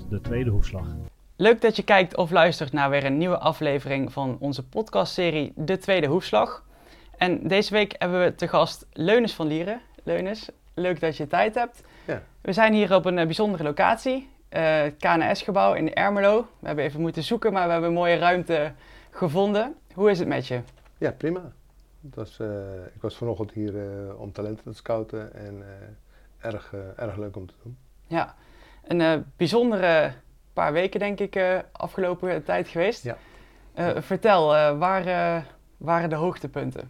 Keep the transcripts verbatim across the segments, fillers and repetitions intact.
podcast De Tweede Hoefslag. Leuk dat je kijkt of luistert naar weer een nieuwe aflevering van onze podcastserie De Tweede Hoefslag. En deze week hebben we te gast Leunus van Lieren. Leunus, leuk dat je tijd hebt. Ja. We zijn hier op een uh, bijzondere locatie, uh, het K N S-gebouw in Ermelo. We hebben even moeten zoeken, maar we hebben een mooie ruimte gevonden. Hoe is het met je? Ja, prima. Het was, uh, ik was vanochtend hier uh, om talenten te scouten en uh, erg, uh, erg leuk om te doen. Ja, een uh, bijzondere paar weken denk ik uh, afgelopen tijd geweest. Ja. Uh, vertel, uh, waar uh, waren de hoogtepunten?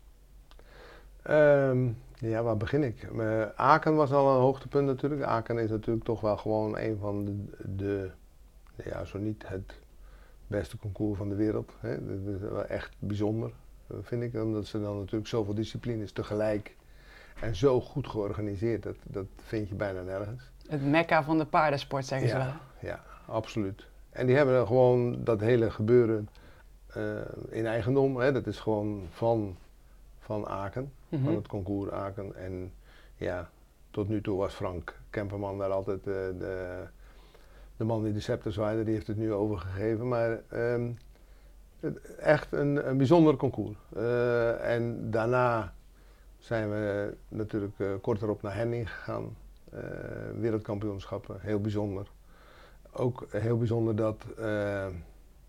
Um, ja, waar begin ik? Uh, Aken was al een hoogtepunt natuurlijk. Aken is natuurlijk toch wel gewoon een van de, de ja, zo niet het beste concours van de wereld. Hè. Dat is wel echt bijzonder, vind ik. Omdat ze dan natuurlijk zoveel disciplines tegelijk en zo goed georganiseerd. Dat, dat vind je bijna nergens. Het mekka van de paardensport, zeggen ja, ze wel. Ja, absoluut. En die hebben gewoon dat hele gebeuren uh, in eigendom. Hè. Dat is gewoon van, van Aken, mm-hmm. van het concours Aken. En ja, tot nu toe was Frank Kemperman daar altijd uh, de, de man die de scepter zwaaide. Die heeft het nu overgegeven. Maar um, het, echt een, een bijzonder concours. Uh, en daarna zijn we natuurlijk uh, kort erop naar Henning gegaan. Uh, wereldkampioenschappen, heel bijzonder. Ook heel bijzonder dat uh, uh,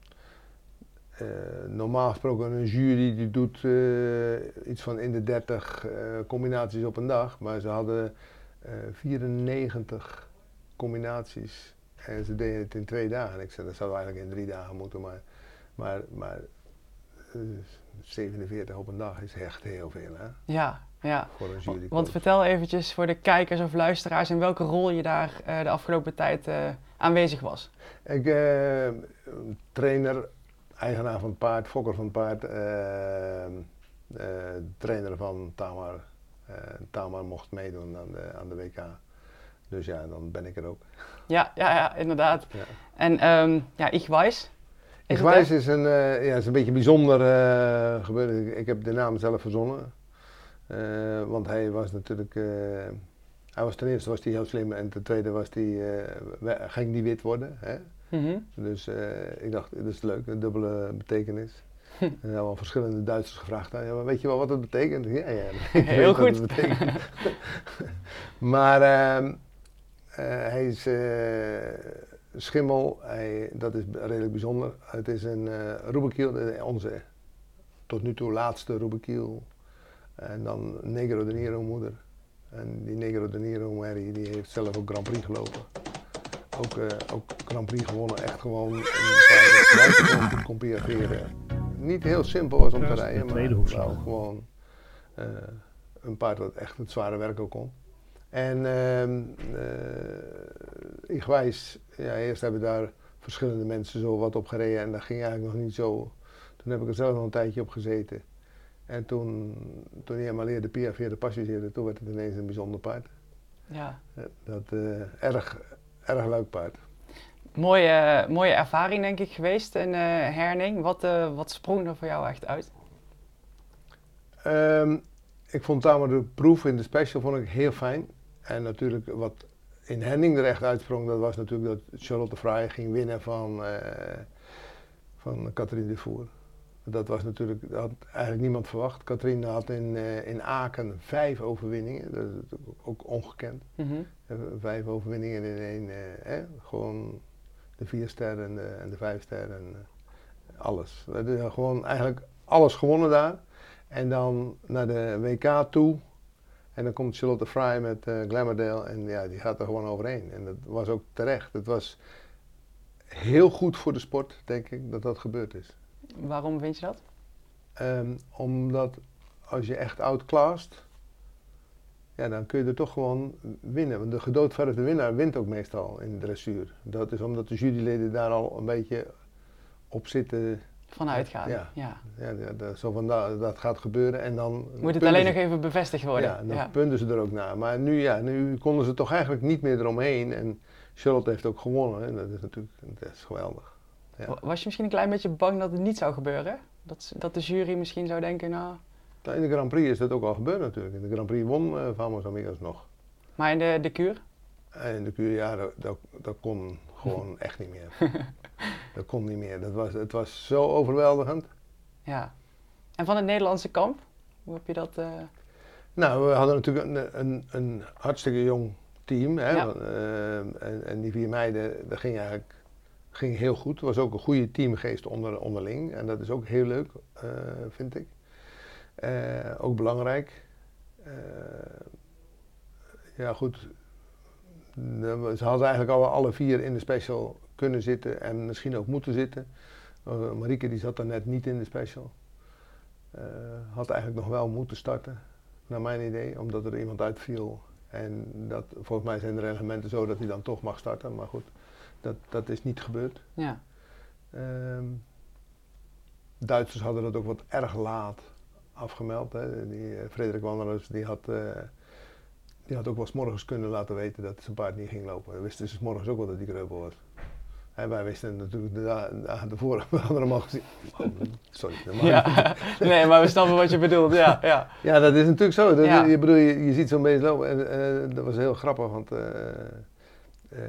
normaal gesproken een jury die doet uh, iets van in de dertig uh, combinaties op een dag. Maar ze hadden uh, vierennegentig combinaties en ze deden het in twee dagen. Ik zei dat zou eigenlijk in drie dagen moeten, maar, maar, maar uh, zevenenveertig op een dag is echt heel veel, hè? Ja. Ja, voor een jury. Want vertel eventjes voor de kijkers of luisteraars in welke rol je daar uh, de afgelopen tijd uh, aanwezig was. Ik uh, trainer, eigenaar van het paard, fokker van het paard, uh, uh, trainer van Tamar. Uh, Tamar mocht meedoen aan de, aan de W K. Dus ja, dan ben ik er ook. Ja, ja, ja inderdaad. Ja. En um, ja, Ich Weiß? Ich Weiß is een, uh, ja, is een beetje bijzonder uh, gebeurd. Ik, ik heb de naam zelf verzonnen. Uh, want hij was natuurlijk, uh, hij was ten eerste was hij heel slim en ten tweede was hij, uh, ging die wit worden. Hè? Mm-hmm. Dus uh, ik dacht, dat is leuk, een dubbele betekenis. En we hebben al verschillende Duitsers gevraagd, ja, maar weet je wel wat het betekent? Ja, ja, ik heel weet goed. Wat het betekent. Maar uh, uh, hij is uh, schimmel, hij, dat is redelijk bijzonder. Het is een uh, Rubekiel, onze tot nu toe laatste Rubekiel. En dan Negro de Niro moeder. En die Negro de Niro Mary, die heeft zelf ook Grand Prix gelopen. Ook, uh, ook Grand Prix gewonnen, echt gewoon een paard dat kon piaferen. Niet heel simpel was om te rijden, maar wel gewoon uh, een paard dat echt het zware werk ook kon. En uh, uh, Ich Weiß, ja, eerst hebben daar verschillende mensen zo wat op gereden en dat ging eigenlijk nog niet zo. Toen heb ik er zelf nog een tijdje op gezeten. En toen, toen hij helemaal leerde piaferen, passagieren, toen werd het ineens een bijzonder paard. Ja. Dat uh, erg, erg leuk paard. Mooie, mooie ervaring denk ik geweest in uh, Herning. Wat, uh, wat sprong er voor jou echt uit? Um, ik vond Tamar de proef in de special vond ik heel fijn. En natuurlijk wat in Henning er echt uitsprong, dat was natuurlijk dat Charlotte Frey ging winnen van, uh, van Catherine Dufour. Dat was natuurlijk, dat had eigenlijk niemand verwacht. Catherine had in, uh, in Aken vijf overwinningen, dat is ook ongekend. Mm-hmm. Uh, vijf overwinningen in één, uh, eh, gewoon de vier sterren en de, en de vijf sterren, en, uh, alles. We hebben gewoon eigenlijk alles gewonnen daar. En dan naar de W K toe. En dan komt Charlotte Frey met uh, Glamourdale en ja, die gaat er gewoon overheen. En dat was ook terecht. Het was heel goed voor de sport, denk ik, dat dat gebeurd is. Waarom vind je dat? Um, omdat als je echt outclassed, ja, dan kun je er toch gewoon winnen. Want de gedoodverfde winnaar wint ook meestal in de dressuur. Dat is omdat de juryleden daar al een beetje op zitten. Vanuit gaan. Ja, ja. ja, ja dat, zo van dat, dat gaat gebeuren en dan... Moet het alleen ze, nog even bevestigd worden. Ja, dan ja. punten ze er ook naar. Maar nu, ja, nu konden ze toch eigenlijk niet meer eromheen. En Charlotte heeft ook gewonnen. En dat is natuurlijk dat is geweldig. Ja. Was je misschien een klein beetje bang dat het niet zou gebeuren? Dat, dat de jury misschien zou denken, nou... In de Grand Prix is dat ook al gebeurd natuurlijk. In de Grand Prix won uh, Vamos Amigos nog. Maar in de, de kuur? En in de kuur, ja, dat, dat, dat kon gewoon echt niet meer. Dat kon niet meer. Dat was, het was zo overweldigend. Ja. En van het Nederlandse kamp? Hoe heb je dat... Uh... Nou, we hadden natuurlijk een, een, een hartstikke jong team. Hè? Ja. Uh, en, en die vier meiden, dat ging eigenlijk ging heel goed. Het was ook een goede teamgeest onder, onderling. En dat is ook heel leuk, uh, vind ik. Uh, ook belangrijk. Uh, ja, goed. Ze hadden eigenlijk alle, alle vier in de special kunnen zitten en misschien ook moeten zitten. Uh, Marieke die zat er net niet in de special. Uh, had eigenlijk nog wel moeten starten, naar mijn idee, omdat er iemand uitviel. En dat, volgens mij zijn de reglementen zo dat hij dan toch mag starten, maar goed, dat, dat is niet gebeurd. Ja. Uh, Duitsers hadden dat ook wat erg laat afgemeld. Hè. Die, uh, Frederik Wanderers die had, uh, die had ook wel 's morgens kunnen laten weten dat zijn paard niet ging lopen. We wisten dus 's morgens ook wel dat hij kreupel was. En wij wisten natuurlijk de dagen ervoor, we hadden hem al gezien. Oh, sorry. Ja. Nee, maar we snappen wat je bedoelt, ja. Ja, ja dat is natuurlijk zo. Dat, ja. je, bedoel, je, je ziet zo'n beest lopen en uh, dat was heel grappig, want uh, uh,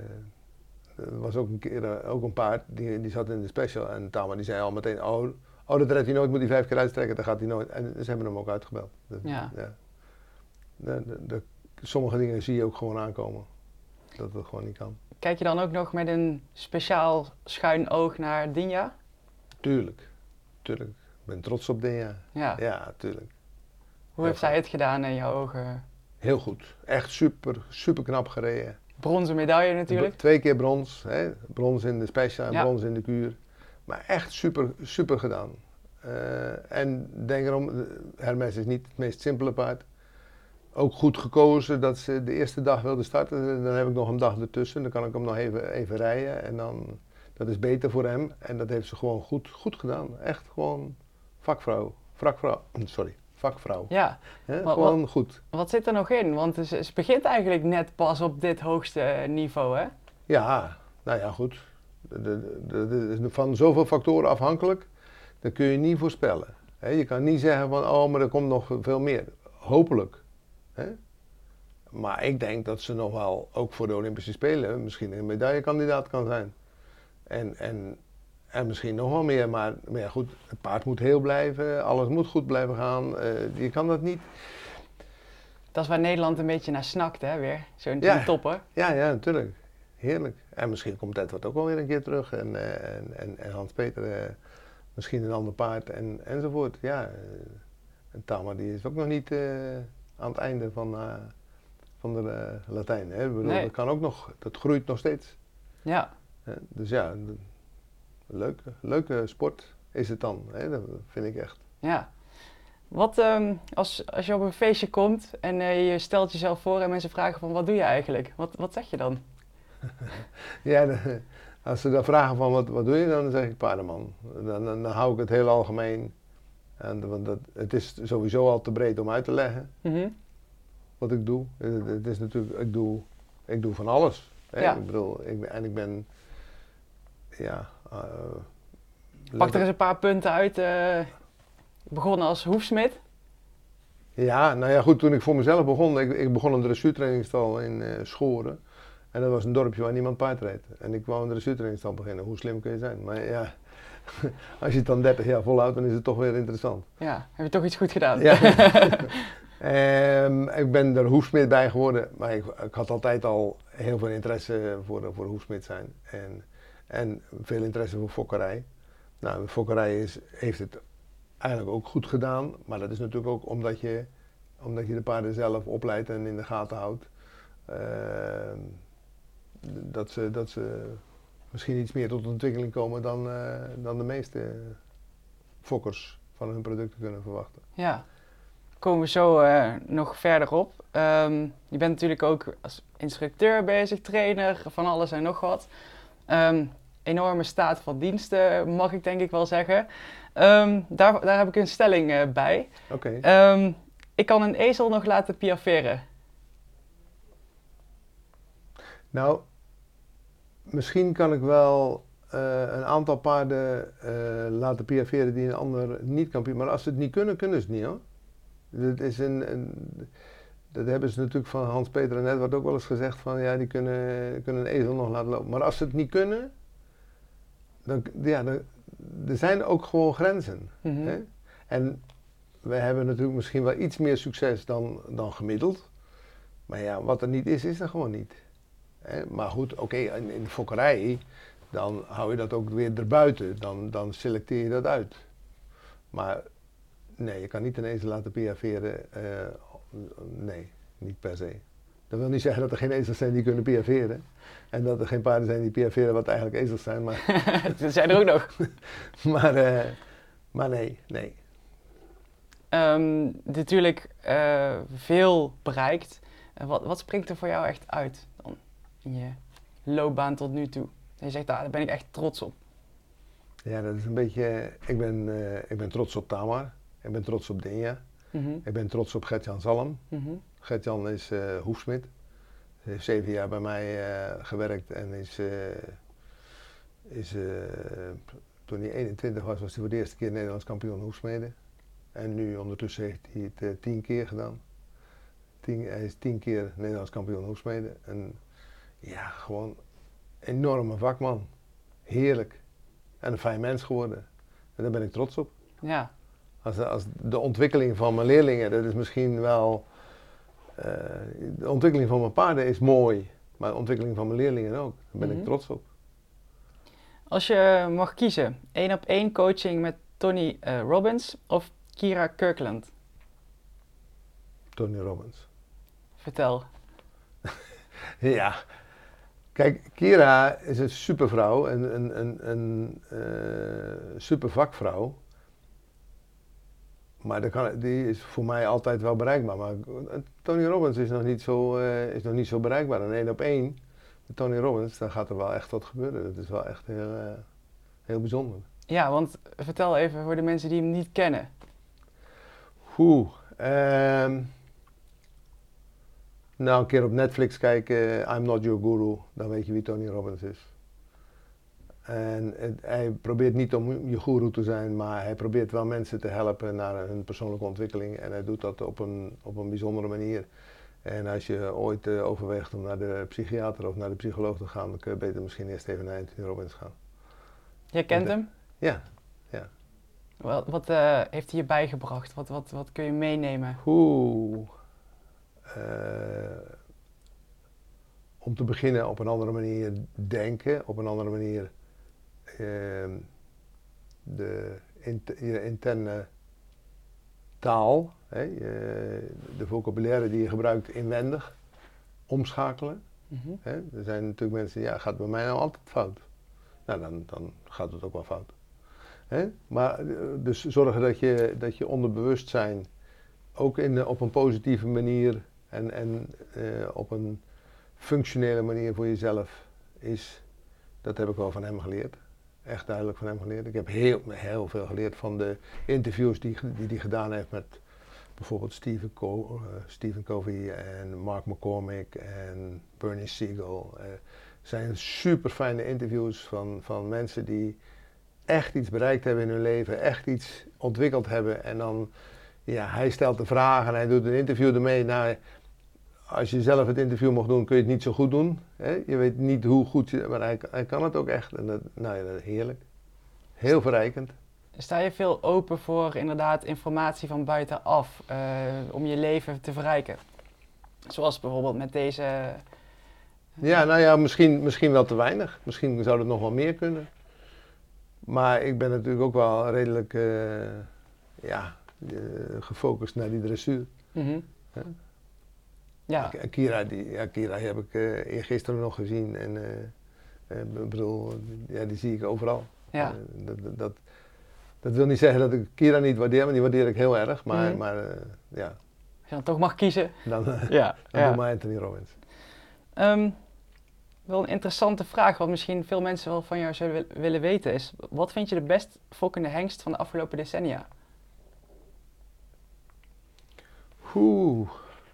er was ook een keer uh, ook een paard, die, die zat in de special en Tama die zei al meteen, oh, oh dat redt hij nooit, moet hij vijf keer uitstrekken, dan gaat hij nooit. En ze hebben hem ook uitgebeld. Dus, ja. Ja. De, de, de, sommige dingen zie je ook gewoon aankomen, dat het gewoon niet kan. Kijk je dan ook nog met een speciaal schuin oog naar Dinja? Tuurlijk, tuurlijk. Ik ben trots op Dinja. Ja. Ja, tuurlijk. Hoe heeft zij het gedaan in jouw ogen? Heel goed. Echt super, super knap gereden. Bronzen medaille natuurlijk. Twee keer brons. Hè? Brons in de special en ja. brons in de kuur. Maar echt super, super gedaan. Uh, en denk erom, Hermes is niet het meest simpele paard. Ook goed gekozen dat ze de eerste dag wilde starten. Dan heb ik nog een dag ertussen. Dan kan ik hem nog even, even rijden. En dan, dat is beter voor hem. En dat heeft ze gewoon goed, goed gedaan. Echt gewoon vakvrouw. Vakvrouw. Sorry, vakvrouw. Ja. He, maar, gewoon wat, goed. Wat zit er nog in? Want ze, ze begint eigenlijk net pas op dit hoogste niveau, hè? Ja, nou ja, goed. De, de, de, de, van zoveel factoren afhankelijk. Dat kun je niet voorspellen. He, je kan niet zeggen van, oh, maar er komt nog veel meer. Hopelijk. He? Maar ik denk dat ze nog wel, ook voor de Olympische Spelen, misschien een medaillekandidaat kan zijn. En, en, en misschien nog wel meer, maar, maar ja, goed, het paard moet heel blijven, alles moet goed blijven gaan. Uh, je kan dat niet. Dat is waar Nederland een beetje naar snakt, hè, weer. Zo'n ja, topper. Ja, ja, natuurlijk. Heerlijk. En misschien komt Edward ook wel weer een keer terug. En, uh, en, en, en Hans-Peter uh, misschien een ander paard en, enzovoort. Ja, uh, en Tama die is ook nog niet uh, aan het einde van... Uh, van de uh, Latijn. Hè? Ik bedoel, nee. Dat kan ook nog, dat groeit nog steeds. Ja. Hè? Dus ja, leuke, leuke sport is het dan. Hè? Dat vind ik echt. Ja. Wat um, als, als je op een feestje komt en uh, je stelt jezelf voor en mensen vragen van wat doe je eigenlijk? Wat, wat zeg je dan? ja, de, als ze dan vragen van wat, wat doe je, dan zeg ik paardenman. Dan, dan, dan hou ik het heel algemeen. En, want dat, het is sowieso al te breed om uit te leggen. Mm-hmm. Wat ik doe. Het, het is natuurlijk, ik doe, ik doe van alles. Hè? Ja. Ik bedoel, ik, en ik ben, ja... Uh, Pak er eens een paar punten uit. Uh, begonnen als hoefsmid. Ja, nou ja goed, toen ik voor mezelf begon, ik, ik begon een dressuurtrainingstal in uh, Schoren. En dat was een dorpje waar niemand paard reed. En ik wou een dressuurtrainingstal beginnen. Hoe slim kun je zijn? Maar ja, als je het dan dertig jaar volhoudt, dan is het toch weer interessant. Ja, heb je toch iets goed gedaan? Ja. um, ik ben er hoefsmid bij geworden, maar ik, ik had altijd al heel veel interesse voor, voor hoefsmid zijn. En, en veel interesse voor fokkerij. Nou, de fokkerij is, heeft het eigenlijk ook goed gedaan, maar dat is natuurlijk ook omdat je, omdat je de paarden zelf opleidt en in de gaten houdt. Uh, dat, ze, dat ze misschien iets meer tot ontwikkeling komen dan, uh, dan de meeste fokkers van hun producten kunnen verwachten. Ja, komen we zo uh, nog verder op. Um, je bent natuurlijk ook als instructeur bezig, trainer, van alles en nog wat. Um, enorme staat van diensten, mag ik denk ik wel zeggen. Um, daar, daar heb ik een stelling uh, bij. Oké. Okay. Um, ik kan een ezel nog laten piafferen. Nou, misschien kan ik wel uh, een aantal paarden uh, laten piafferen die een ander niet kan piafferen. Maar als ze het niet kunnen, kunnen ze het niet hoor. Het is een, een, dat hebben ze natuurlijk van Hans-Peter en Edward ook wel eens gezegd van ja, die kunnen, kunnen een ezel nog laten lopen. Maar als ze het niet kunnen, dan, ja, dan, er zijn ook gewoon grenzen. Mm-hmm. Hè? En we hebben natuurlijk misschien wel iets meer succes dan, dan gemiddeld. Maar ja, wat er niet is, is er gewoon niet. Hè? Maar goed, oké, okay, in, in de fokkerij, dan hou je dat ook weer erbuiten. Dan, dan selecteer je dat uit. Maar nee, je kan niet een ezel laten piaferen. Uh, nee, niet per se. Dat wil niet zeggen dat er geen ezels zijn die kunnen piaferen. En dat er geen paarden zijn die piaferen wat eigenlijk ezels zijn. Maar er zijn er ook nog. maar, uh, maar nee, nee. Um, natuurlijk uh, veel bereikt. Uh, wat, wat springt er voor jou echt uit dan in je loopbaan tot nu toe? En je zegt, ah, daar ben ik echt trots op. Ja, dat is een beetje... Ik ben, uh, ik ben trots op Tamar. Ik ben trots op Dinja. Mm-hmm. Ik ben trots op Gert-Jan Zalm. Mm-hmm. Gert-Jan is uh, hoefsmid. Hij heeft zeven jaar bij mij uh, gewerkt en is... Uh, is uh, toen hij eenentwintig was, was hij voor de eerste keer Nederlands kampioen hoefsmeden. En nu ondertussen heeft hij het uh, tien keer gedaan. Tien, hij is tien keer Nederlands kampioen hoefsmeden. En ja, gewoon enorme vakman. Heerlijk. En een fijn mens geworden. En daar ben ik trots op. Ja. Als, als de ontwikkeling van mijn leerlingen, dat is misschien wel... Uh, de ontwikkeling van mijn paarden is mooi. Maar de ontwikkeling van mijn leerlingen ook. Daar ben mm-hmm. ik trots op. Als je mag kiezen, één op één coaching met Tony uh, Robbins of Kira Kirkland? Tony Robbins. Vertel. Ja. Kijk, Kira is een supervrouw, een, een, een, een uh, super vakvrouw. Maar dat kan, die is voor mij altijd wel bereikbaar. Maar Tony Robbins is nog niet zo, uh, is nog niet zo bereikbaar. En één op één met Tony Robbins, dan gaat er wel echt wat gebeuren. Dat is wel echt heel, uh, heel bijzonder. Ja, want vertel even voor de mensen die hem niet kennen. Oeh. Um, nou, een keer op Netflix kijken, I'm Not Your Guru, dan weet je wie Tony Robbins is. En het, hij probeert niet om je guru te zijn, maar hij probeert wel mensen te helpen naar hun persoonlijke ontwikkeling. En hij doet dat op een, op een bijzondere manier. En als je ooit uh, overweegt om naar de psychiater of naar de psycholoog te gaan, dan kun je beter misschien eerst even naar Tony Robbins gaan. Jij kent hem? Ja, ja. Wat, wat uh, heeft hij je bijgebracht? Wat, wat, wat kun je meenemen? Oeh. Uh, om te beginnen op een andere manier denken, op een andere manier uh, de inter, je interne taal, hè, je, de vocabulaire die je gebruikt inwendig, omschakelen. Mm-hmm. Hè. Er zijn natuurlijk mensen die, ja, gaat bij mij nou altijd fout? Nou, dan, dan gaat het ook wel fout. Hè? Maar dus zorgen dat je, dat je onderbewustzijn ook in de, op een positieve manier en, en uh, op een functionele manier voor jezelf is, dat heb ik wel van hem geleerd. Echt duidelijk van hem geleerd. Ik heb heel, heel veel geleerd van de interviews die hij die, die gedaan heeft met bijvoorbeeld Stephen, Co- uh, Stephen Covey en Mark McCormick en Bernie Siegel. Het uh, zijn super fijne interviews van, van mensen die echt iets bereikt hebben in hun leven, echt iets ontwikkeld hebben. En dan, ja, hij stelt de vraag en hij doet een interview ermee. Nou, als je zelf het interview mocht doen, kun je het niet zo goed doen. Hè? Je weet niet hoe goed je, maar hij, hij kan het ook echt. En dat, nou ja, dat is heerlijk. Heel verrijkend. Sta je veel open voor inderdaad informatie van buitenaf, uh, om je leven te verrijken? Zoals bijvoorbeeld met deze... Uh, ja, nou ja, misschien, misschien wel te weinig. Misschien zou het nog wel meer kunnen. Maar ik ben natuurlijk ook wel redelijk uh, ja, uh, gefocust naar die dressuur. Mm-hmm. Huh? Ja. Kira, die, ja, Kira heb ik uh, eergisteren nog gezien. En uh, uh, bedoel, ja, die zie ik overal. Ja. Uh, dat, dat, dat, dat wil niet zeggen dat ik Kira niet waardeer, maar die waardeer ik heel erg. Maar, mm-hmm. maar uh, ja. Als je dan toch mag kiezen. Dan, uh, ja. dan ja. doe maar Anthony Robbins. Um, wel een interessante vraag, wat misschien veel mensen wel van jou zullen willen weten is. Wat vind je de best fokkende hengst van de afgelopen decennia? Oeh.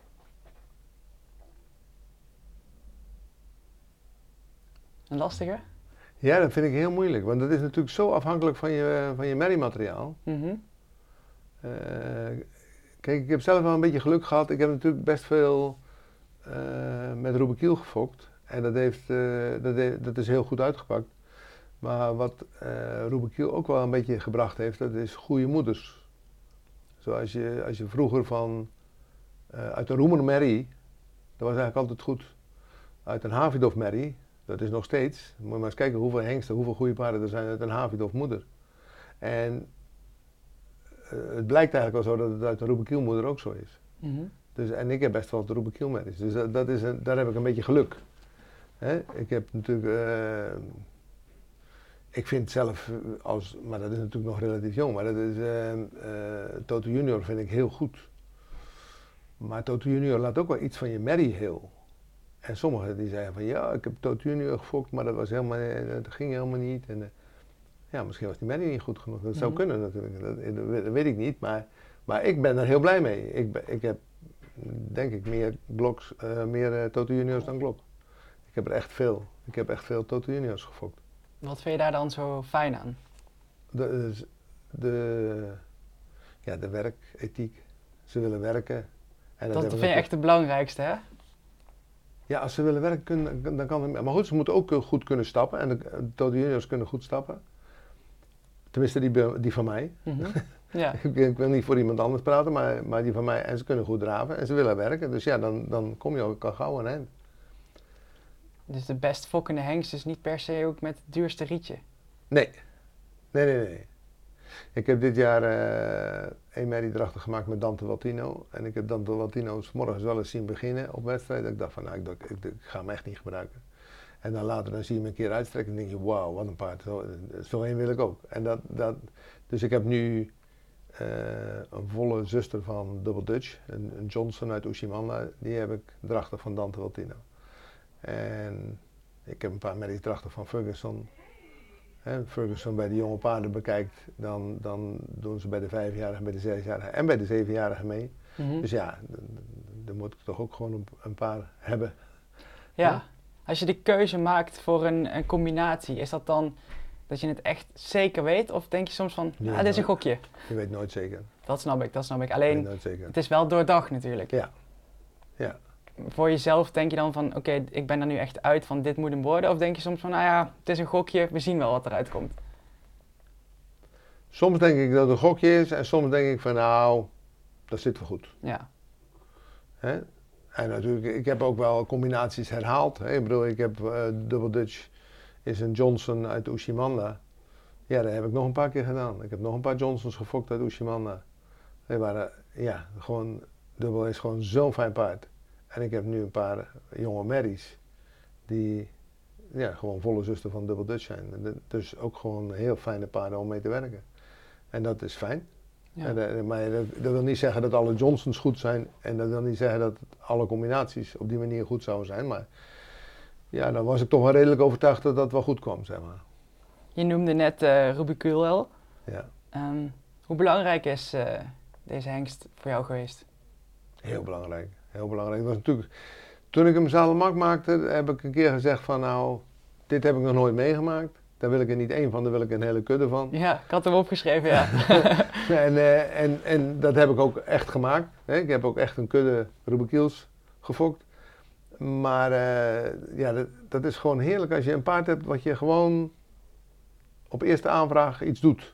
Een lastige? Ja, dat vind ik heel moeilijk, want dat is natuurlijk zo afhankelijk van je, van je merriemateriaal. Mm-hmm. Uh, Kijk, ik heb zelf wel een beetje geluk gehad. Ik heb natuurlijk best veel uh, met Rubikiel gefokt. En dat, heeft, uh, dat, heeft, dat is heel goed uitgepakt. Maar wat uh, Rubikiel ook wel een beetje gebracht heeft, dat is goede moeders. Zoals je, als je vroeger van, uh, uit een Roemermerrie, dat was eigenlijk altijd goed. Uit een Havidofmerrie, dat is nog steeds. Moet je maar eens kijken hoeveel hengsten, hoeveel goede paarden er zijn uit een Havidofmoeder. En uh, het blijkt eigenlijk wel zo dat het uit een Rubikielmoeder ook zo is. Mm-hmm. Dus, en ik heb best wel de Rubikielmerries. Dus dat, dat is een, daar heb ik een beetje geluk. Hè? Ik heb natuurlijk... Uh, ik vind zelf, als, maar dat is natuurlijk nog relatief jong, maar dat is, uh, uh, Toto Junior vind ik heel goed. Maar Toto Junior laat ook wel iets van je merrie heel. En sommigen die zeiden van ja, ik heb Toto Junior gefokt, maar dat, was helemaal, dat ging helemaal niet. En, uh, ja, misschien was die merrie niet goed genoeg. Dat zou mm-hmm. kunnen natuurlijk, dat, dat weet ik niet. Maar, maar ik ben er heel blij mee. Ik, ben, ik heb denk ik meer, bloks, uh, meer uh, Toto Juniors dan Glok. Ik heb er echt veel. Ik heb echt veel Toto Juniors gefokt. Wat vind je daar dan zo fijn aan? De, de, ja, de werkethiek. Ze willen werken. En dat dat vind je echt het belangrijkste, hè? Ja, als ze willen werken, kunnen, dan kan het. Maar goed, ze moeten ook goed kunnen stappen. En de, de Toto Juniors kunnen goed stappen. Tenminste, die, die van mij. Mm-hmm. Ja. ik, ik wil niet voor iemand anders praten, maar, maar die van mij. En ze kunnen goed draven en ze willen werken. Dus ja, dan, dan kom je ook al gauw aan een eind. Dus de best fokkende hengst is niet per se ook met het duurste rietje? Nee. Nee, nee, nee. Ik heb dit jaar uh, een merrie erachter gemaakt met Dante Waltino. En ik heb Dante Waltino 's morgens wel eens zien beginnen op wedstrijd. Ik dacht van, nou, ik, ik, ik, ik ga hem echt niet gebruiken. En dan later dan zie je hem een keer uitstrekken en denk je, wauw, wat een paard. Zo, zo een wil ik ook. En dat, dat, dus ik heb nu uh, een volle zuster van Double Dutch, een, een Johnson uit Ushimanda. Die heb ik erachter van Dante Waltino. En ik heb een paar merries erachter van Ferguson. He, Ferguson bij de jonge paarden bekijkt, dan, dan doen ze bij de vijfjarigen, bij de zesjarigen en bij de zevenjarigen mee. Mm-hmm. Dus ja, dan moet ik toch ook gewoon een, een paar hebben. Ja, ja, als je de keuze maakt voor een, een combinatie, is dat dan dat je het echt zeker weet? Of denk je soms van, ah, dit is een gokje? Je weet nooit zeker. Dat snap ik, dat snap ik. Alleen, het is wel doordacht natuurlijk. Ja, ja. Voor jezelf denk je dan van, oké, okay, ik ben er nu echt uit van dit moet hem worden? Of denk je soms van, nou ja, het is een gokje, we zien wel wat eruit komt? Soms denk ik dat het een gokje is en soms denk ik van, nou, dat zit wel goed. Ja. Hè? En natuurlijk, ik heb ook wel combinaties herhaald. Hè? Ik bedoel, ik heb uh, Double Dutch is een Johnson uit Ushimanda. Ja, dat heb ik nog een paar keer gedaan. Ik heb nog een paar Johnsons gefokt uit Ushimanda. Die waren, ja, gewoon, Double is gewoon zo'n fijn paard. En ik heb nu een paar jonge merries die ja, gewoon volle zuster van Double Dutch zijn. Dus ook gewoon heel fijne paarden om mee te werken. En dat is fijn. Ja. En de, maar dat, dat wil niet zeggen dat alle Johnsons goed zijn. En dat wil niet zeggen dat alle combinaties op die manier goed zouden zijn. Maar ja, dan was ik toch wel redelijk overtuigd dat dat wel goed kwam, zeg maar. Je noemde net uh, Rubikiel al. Ja. Um, hoe belangrijk is uh, deze hengst voor jou geweest? Heel belangrijk. Heel belangrijk. Dat was natuurlijk, toen ik hem Zadelmak maakte, heb ik een keer gezegd van nou, dit heb ik nog nooit meegemaakt. Daar wil ik er niet één van, daar wil ik een hele kudde van. Ja, ik had hem opgeschreven, ja. en, uh, en, en dat heb ik ook echt gemaakt. Hè. Ik heb ook echt een kudde Rubikiels gefokt. Maar uh, ja, dat, dat is gewoon heerlijk als je een paard hebt wat je gewoon op eerste aanvraag iets doet.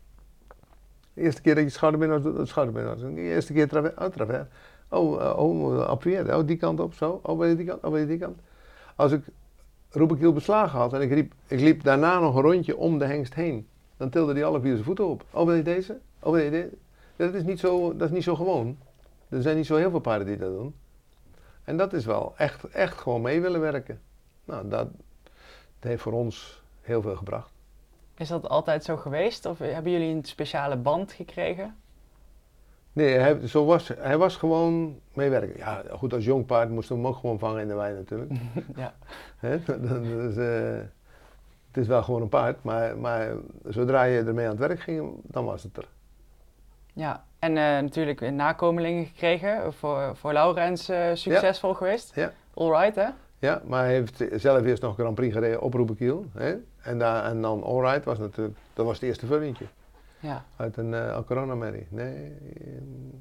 De eerste keer dat je schouderbinnenhals doet, schouderbinnenhals. De eerste keer travers, oh, travers. Oh, uh, oh, appuyer, oh, die kant op, zo. Oh, bij die kant, oh, bij die kant. Als ik Rubikiel beslagen had en ik, riep, ik liep daarna nog een rondje om de hengst heen, dan tilde hij alle vier zijn voeten op. Oh, wil je deze? Oh, wil je deze? Dat is niet zo, dat is niet zo gewoon. Er zijn niet zo heel veel paarden die dat doen. En dat is wel echt, echt gewoon mee willen werken. Nou, dat, dat heeft voor ons heel veel gebracht. Is dat altijd zo geweest? Of hebben jullie een speciale band gekregen? Nee, hij, zo was, hij was gewoon meewerken. Ja, goed, als jong paard moesten we hem ook gewoon vangen in de wei natuurlijk. Ja. He, dus, uh, het is wel gewoon een paard, maar, maar zodra je ermee aan het werk ging, dan was het er. Ja, en uh, natuurlijk nakomelingen gekregen. Voor, voor Laurens uh, succesvol ja. geweest. Ja. Allright, hè? Ja, maar hij heeft zelf eerst nog Grand Prix gereden op Rubikiel. En, en dan Allright was natuurlijk, dat was het eerste vullentje. Ja. Uit een uh, Corona-merrie. Nee,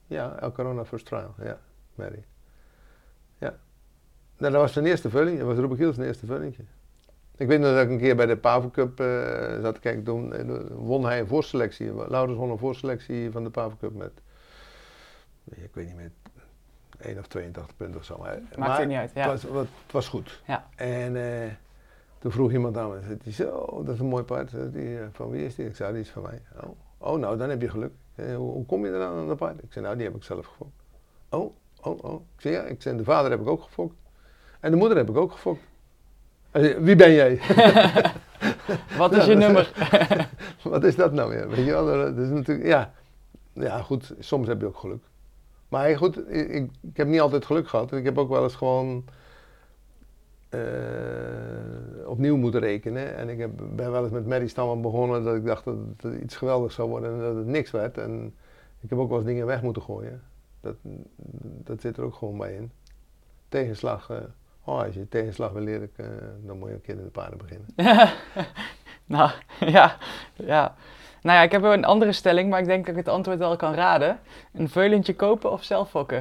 Ja, El Corona First Trial, ja, Mary. Ja. Nou, dat was zijn eerste vulling, dat was Ruben zijn eerste vullingje. Ik weet nog dat ik een keer bij de Pavo Cup uh, zat te kijken, toen uh, won hij een voorselectie. Laurens won een voorselectie van de Pavo Cup met, ik weet niet meer, één of tweeëntachtig punten of zo. Maar, Maakt maar het niet uit, ja. Het was, het was goed. Ja. En uh, toen vroeg iemand aan me, zei hij, zo, dat is een mooi paard. Die, van wie is die? Ik zei, die is van mij. Oh, oh nou, dan heb je geluk. Hoe, hoe kom je dan aan dat paard? Ik zei, nou, die heb ik zelf gefokt. Oh, oh, oh. Ik zei, ja, ik zei, de vader heb ik ook gefokt. En de moeder heb ik ook gefokt. Wie ben jij? Wat is je nummer? Wat is dat nou weer? Weet je wel, dat is natuurlijk, ja. Ja, goed, soms heb je ook geluk. Maar goed, ik, ik heb niet altijd geluk gehad. Ik heb ook wel eens gewoon uh, opnieuw moeten rekenen. En ik heb, ben wel eens met Mary Stammen begonnen dat ik dacht dat het iets geweldigs zou worden en dat het niks werd. En ik heb ook wel eens dingen weg moeten gooien. Dat, dat zit er ook gewoon bij in. Tegenslag. Uh, Oh, als je tegenslag wil leren, uh, dan moet je een keer in de paarden beginnen. nou, ja, ja. Nou ja, ik heb een andere stelling, maar ik denk dat ik het antwoord wel kan raden. Een veulentje kopen of zelf fokken?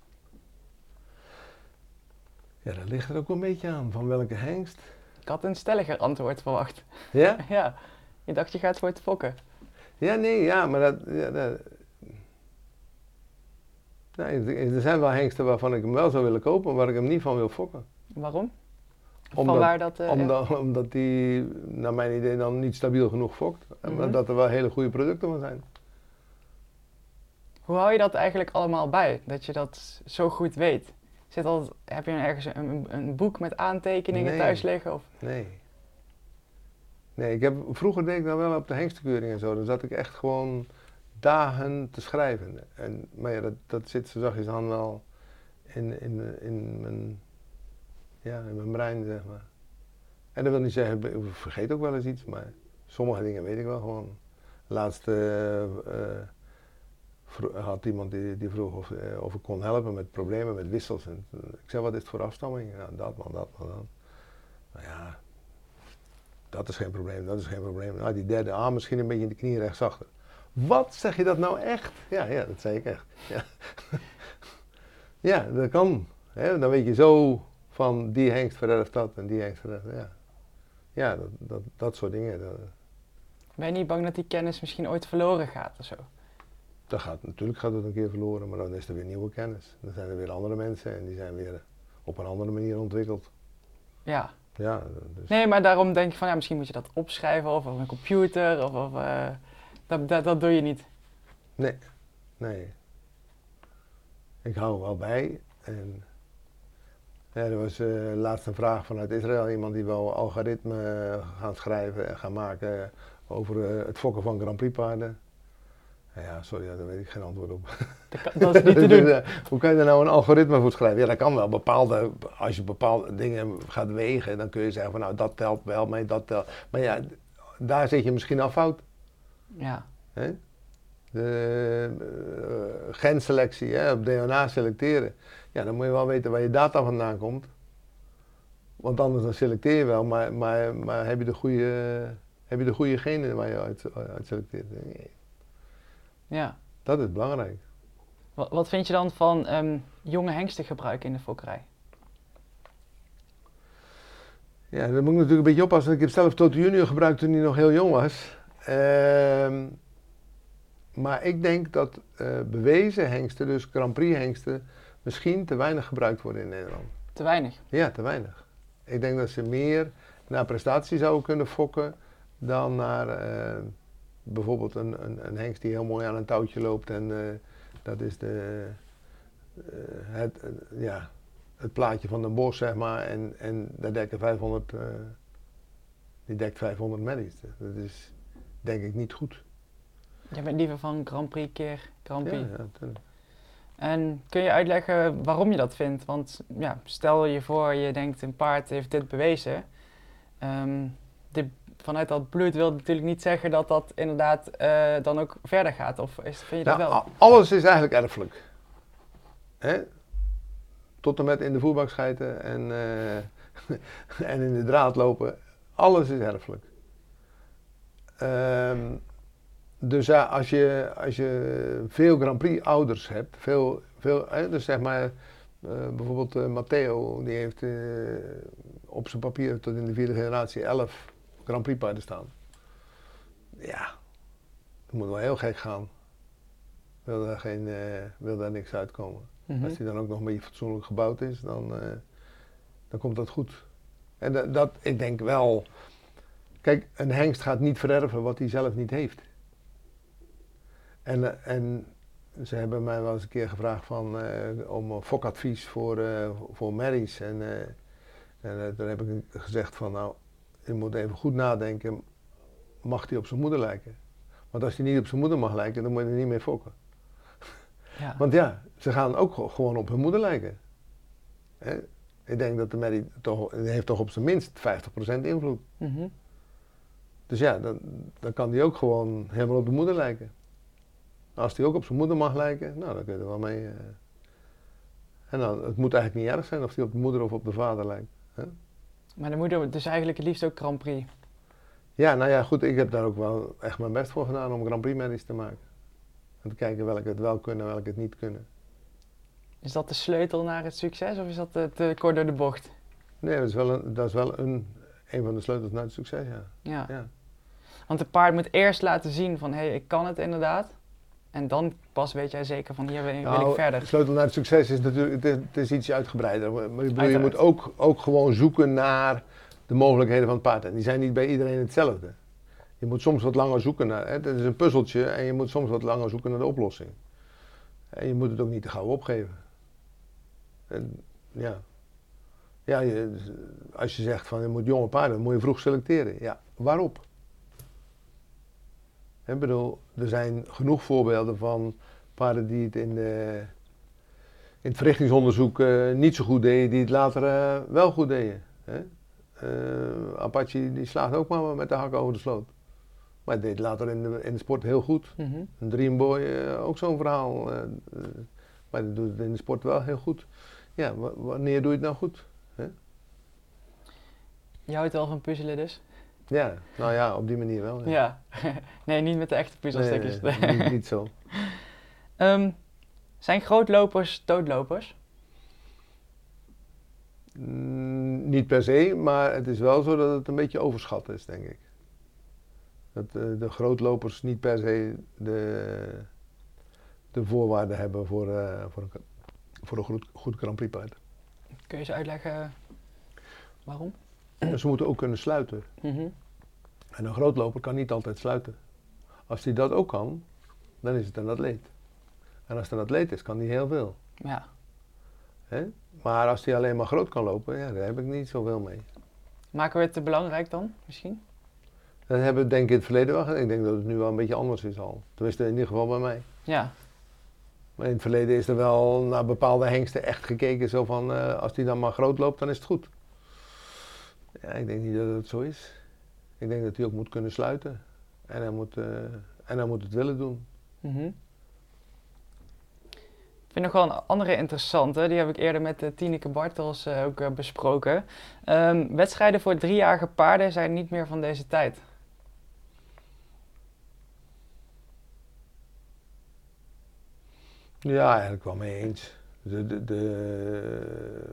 Ja, dat ligt er ook wel een beetje aan. Van welke hengst? Ik had een stelliger antwoord verwacht. Ja? Ja. Je dacht, je gaat voor het fokken. Ja, nee, ja, maar dat... Ja, dat nee, er zijn wel hengsten waarvan ik hem wel zou willen kopen, maar waar ik hem niet van wil fokken. Waarom? Omdat, van waar dat... Uh, omdat, ja. omdat die, naar mijn idee, dan niet stabiel genoeg fokt. Mm-hmm. Maar dat er wel hele goede producten van zijn. Hoe hou je dat eigenlijk allemaal bij? Dat je dat zo goed weet? Zit al, heb je ergens een, een boek met aantekeningen nee. thuis liggen? Of? Nee. Nee, ik heb, vroeger deed ik dan wel op de hengstenkeuring en zo. Dan zat ik echt gewoon dagen te schrijven. En, maar ja, dat, dat zit zo zachtjes aan wel in, in, in, mijn, ja, in mijn brein, zeg maar. En dat wil niet zeggen, ik vergeet ook wel eens iets, maar sommige dingen weet ik wel gewoon. Laatst uh, uh, had iemand die, die vroeg of, uh, of ik kon helpen met problemen met wissels. En ik zei, wat is het voor afstamming? Ja, dat man, dat man, dat. Nou ja, dat is geen probleem, dat is geen probleem. Nou, die derde arm misschien een beetje in de knie rechtsachter. Wat, zeg je dat nou echt? Ja, ja, dat zei ik echt. Ja, ja dat kan. Hè? Dan weet je zo van die hengst vererft dat en die hengst vererft dat. Ja, ja dat, dat, dat soort dingen. Dat, ben je niet bang dat die kennis misschien ooit verloren gaat of zo? Dat gaat, natuurlijk gaat het een keer verloren, maar dan is er weer nieuwe kennis. Dan zijn er weer andere mensen en die zijn weer op een andere manier ontwikkeld. Ja. Ja, dus. Nee, maar daarom denk je van ja, misschien moet je dat opschrijven of op een computer of... of uh, dat, dat, dat doe je niet. Nee, nee. Ik hou er wel bij. En ja, er was uh, laatst een vraag vanuit Israël. Iemand die wil algoritme gaan schrijven en gaan maken over uh, het fokken van Grand Prix paarden. Ja, sorry, daar weet ik geen antwoord op. Dat, kan, dat is niet te doen. Hoe kan je daar nou een algoritme voor schrijven? Ja, dat kan wel. Bepaalde, als je bepaalde dingen gaat wegen, dan kun je zeggen van nou, dat telt wel mee, dat telt. Maar ja, daar zit je misschien al fout. Ja. Hè? De uh, genselectie, hè, op D N A selecteren. Ja, dan moet je wel weten waar je data vandaan komt. Want anders dan selecteer je wel, maar, maar, maar heb, je de goede, heb je de goede genen waar je uit, uit selecteert? Nee. Ja. Dat is belangrijk. Wat, wat vind je dan van um, jonge hengsten gebruiken in de fokkerij? Ja, daar moet ik natuurlijk een beetje oppassen. Ik heb zelf Toto Junior gebruikt toen hij nog heel jong was. Uh, maar ik denk dat uh, bewezen hengsten, dus Grand Prix hengsten, misschien te weinig gebruikt worden in Nederland. Te weinig? Ja, te weinig. Ik denk dat ze meer naar prestatie zouden kunnen fokken dan naar uh, bijvoorbeeld een, een, een hengst die heel mooi aan een touwtje loopt en uh, dat is de, uh, het, uh, ja, het plaatje van Den Bosch, zeg maar, en, en daar dekken vijfhonderd, uh, die dekt vijfhonderd mellies. Dat is denk ik niet goed. Je bent liever van Grand Prix keer Grand Prix. Ja, ja, natuurlijk. En kun je uitleggen waarom je dat vindt? Want ja, stel je voor, je denkt een paard heeft dit bewezen. Um, dit, vanuit dat bloed wil natuurlijk niet zeggen dat dat inderdaad uh, dan ook verder gaat. Of is, vind je dat nou, wel? Alles is eigenlijk erfelijk. Hè? Tot en met in de voerbak schijten en, uh, en in de draad lopen. Alles is erfelijk. Um, dus ja, als je, als je veel Grand Prix ouders hebt, veel, veel, hè, dus zeg maar uh, bijvoorbeeld uh, Matteo, die heeft uh, op zijn papier tot in de vierde generatie elf Grand Prix paarden staan. Ja, dat moet wel heel gek gaan. Wil daar, geen, uh, wil daar niks uitkomen. Mm-hmm. Als die dan ook nog een beetje fatsoenlijk gebouwd is, dan, uh, dan komt dat goed. En dat, dat, ik denk wel, kijk, een hengst gaat niet vererven wat hij zelf niet heeft. En, uh, en ze hebben mij wel eens een keer gevraagd van, uh, om fokadvies voor, uh, voor merries. En, uh, en uh, toen heb ik gezegd van, nou, je moet even goed nadenken, mag hij op zijn moeder lijken? Want als hij niet op zijn moeder mag lijken, dan moet je er niet mee fokken. Ja. Want ja, ze gaan ook gewoon op hun moeder lijken. He? Ik denk dat de merrie toch, heeft toch op zijn minst vijftig procent invloed. Mm-hmm. Dus ja, dan, dan kan die ook gewoon helemaal op de moeder lijken. Als die ook op zijn moeder mag lijken, nou dan kun je er wel mee. Uh... En dan, het moet eigenlijk niet erg zijn of die op de moeder of op de vader lijkt. He? Maar de moeder dus eigenlijk het liefst ook Grand Prix? Ja, nou ja, goed, ik heb daar ook wel echt mijn best voor gedaan om Grand Prix merries te maken. En te kijken welke het wel kunnen en welke het niet kunnen. Is dat de sleutel naar het succes of is dat te, te kort door de bocht? Nee, dat is wel, een, dat is wel een, een van de sleutels naar het succes, ja. Ja. ja. Want de paard moet eerst laten zien van, hé, hey, ik kan het inderdaad. En dan pas weet jij zeker van, hier wil, nou, wil ik verder. De sleutel naar het succes is natuurlijk, het is, het is iets uitgebreider. Maar je, bedoel, je moet ook, ook gewoon zoeken naar de mogelijkheden van het paard. En die zijn niet bij iedereen hetzelfde. Je moet soms wat langer zoeken naar, hè, het is een puzzeltje en je moet soms wat langer zoeken naar de oplossing. En je moet het ook niet te gauw opgeven. En, ja, ja je, als je zegt van je moet jonge paarden, dan moet je vroeg selecteren. Ja, waarop? Ik bedoel, er zijn genoeg voorbeelden van paarden die het in, de, in het verrichtingsonderzoek uh, niet zo goed deden, die het later uh, wel goed deden. Hè? Uh, Apache die slaagt ook maar met de hakken over de sloot. Maar het deed later in de, in de sport heel goed. Mm-hmm. Een Dreamboy, uh, ook zo'n verhaal. Uh, uh, maar dat doet het in de sport wel heel goed. Ja, w- wanneer doe je het nou goed? Hè? Je houdt wel van puzzelen dus? Ja, nou ja, op die manier wel. Ja, ja. Nee, niet met de echte puzzelstukjes. Nee, nee, niet, niet zo. um, zijn grootlopers doodlopers? Mm, niet per se, maar het is wel zo dat het een beetje overschat is, denk ik. Dat uh, de grootlopers niet per se de, de voorwaarden hebben voor, uh, voor een, voor een goed, goed Grand Prix paard. Kun je eens uitleggen waarom? En ze moeten ook kunnen sluiten. Mm-hmm. En een grootloper kan niet altijd sluiten. Als hij dat ook kan, dan is het een atleet. En als het een atleet is, kan hij heel veel. Ja. Hè? Maar als hij alleen maar groot kan lopen, ja, daar heb ik niet zoveel mee. Maken we het te belangrijk dan, misschien? Dat hebben we denk ik in het verleden wel gedaan. Ik denk dat het nu wel een beetje anders is al. Tenminste, in ieder geval bij mij. Ja. Maar in het verleden is er wel naar bepaalde hengsten echt gekeken. Zo van, uh, als die dan maar groot loopt, dan is het goed. Ja, ik denk niet dat het zo is. Ik denk dat hij ook moet kunnen sluiten. En hij moet, uh, en hij moet het willen doen. Mm-hmm. Ik vind nog wel een andere interessante. Die heb ik eerder met uh, Tineke Bartels uh, ook uh, besproken. Um, wedstrijden voor driejarige paarden zijn niet meer van deze tijd. Ja, eigenlijk wel mee eens. De, de, de,